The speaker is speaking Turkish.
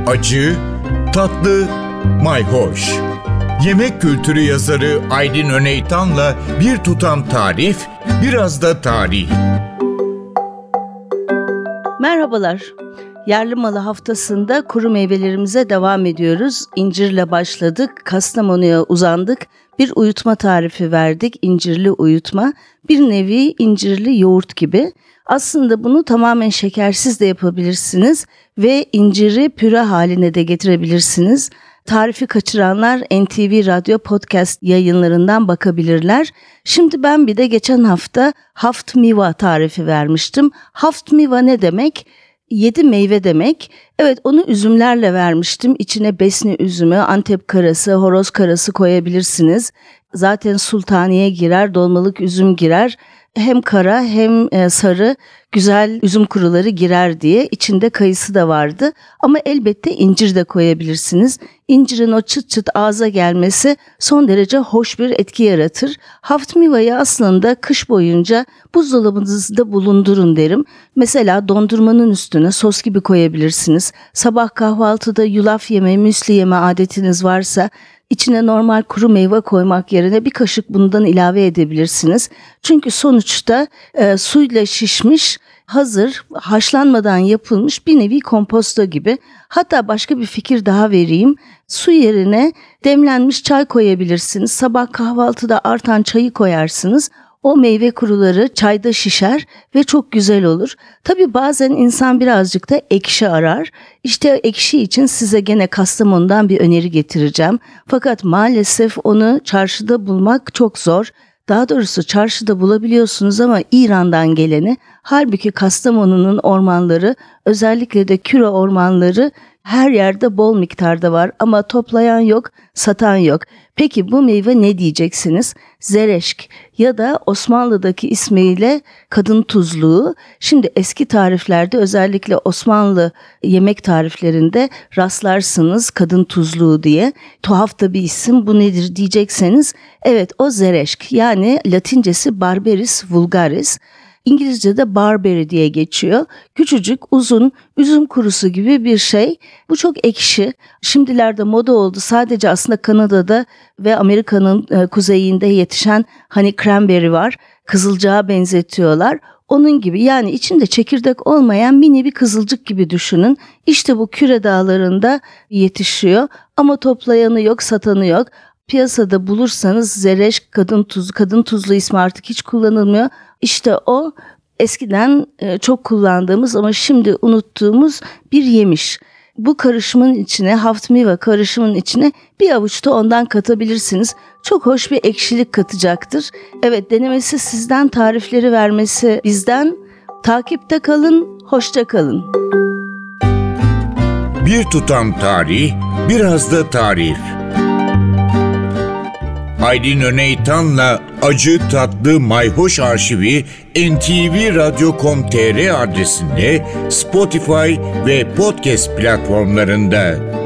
acı, tatlı, mayhoş. Yemek kültürü yazarı Aydin Öneytan'la bir tutam tarif, biraz da tarih. Merhabalar. Yerli malı haftasında kuru meyvelerimize devam ediyoruz. İncirle başladık, Kastamonu'ya uzandık. Bir uyutma tarifi verdik, incirli uyutma. Bir nevi incirli yoğurt gibi. Aslında bunu tamamen şekersiz de yapabilirsiniz ve inciri püre haline de getirebilirsiniz. Tarifi kaçıranlar NTV Radyo Podcast yayınlarından bakabilirler. Şimdi ben bir de geçen hafta haft miva tarifi vermiştim. Haft miva ne demek? 7 meyve demek. Evet, onu üzümlerle vermiştim. İçine besni üzümü, Antep karası, horoz karası koyabilirsiniz. Zaten sultaniye girer, dolmalık üzüm girer. Hem kara hem sarı güzel üzüm kuruları girer diye. İçinde kayısı da vardı. Ama elbette incir de koyabilirsiniz. İncirin o çıt çıt ağza gelmesi son derece hoş bir etki yaratır. Haft mivayı aslında kış boyunca buzdolabınızda bulundurun derim. Mesela dondurmanın üstüne sos gibi koyabilirsiniz. Sabah kahvaltıda yulaf yeme, müsli yeme adetiniz varsa İçine normal kuru meyve koymak yerine bir kaşık bundan ilave edebilirsiniz. Çünkü sonuçta suyla şişmiş, hazır, haşlanmadan yapılmış bir nevi komposto gibi. Hatta başka bir fikir daha vereyim. Su yerine demlenmiş çay koyabilirsiniz. Sabah kahvaltıda artan çayı koyarsınız. O meyve kuruları çayda şişer ve çok güzel olur. Tabii bazen insan birazcık da ekşi arar. İşte ekşi için size gene Kastamonu'dan bir öneri getireceğim. Fakat maalesef onu çarşıda bulmak çok zor. Daha doğrusu çarşıda bulabiliyorsunuz ama İran'dan geleni. Halbuki Kastamonu'nun ormanları, özellikle de küre ormanları her yerde bol miktarda var ama toplayan yok, satan yok. Peki bu meyve ne diyeceksiniz? Zereşk ya da Osmanlı'daki ismiyle kadın tuzluğu. Şimdi eski tariflerde, özellikle Osmanlı yemek tariflerinde rastlarsınız kadın tuzluğu diye. Tuhaf da bir isim, bu nedir diyecekseniz, evet o zereşk, yani Latincesi Barberis vulgaris. İngilizce'de barberry diye geçiyor. Küçücük, uzun, üzüm kurusu gibi bir şey. Bu çok ekşi. Şimdilerde moda oldu. Sadece aslında Kanada'da ve Amerika'nın kuzeyinde yetişen hani cranberry var. Kızılcağa benzetiyorlar. Onun gibi, yani içinde çekirdek olmayan mini bir kızılcık gibi düşünün. İşte bu küre dağlarında yetişiyor ama toplayanı yok, satanı yok. Piyasada bulursanız zereşk, kadın tuzlu ismi artık hiç kullanılmıyor. İşte o eskiden çok kullandığımız ama şimdi unuttuğumuz bir yemiş. Bu karışımın içine, haft miva karışımın içine bir avuç da ondan katabilirsiniz. Çok hoş bir ekşilik katacaktır. Evet, denemesi sizden, tarifleri vermesi bizden. Takipte kalın, hoşça kalın. Bir tutam tarih, biraz da tarif. Aydin Öneytan'la acı tatlı mayhoş arşivi ntvradio.com.tr adresinde, Spotify ve podcast platformlarında.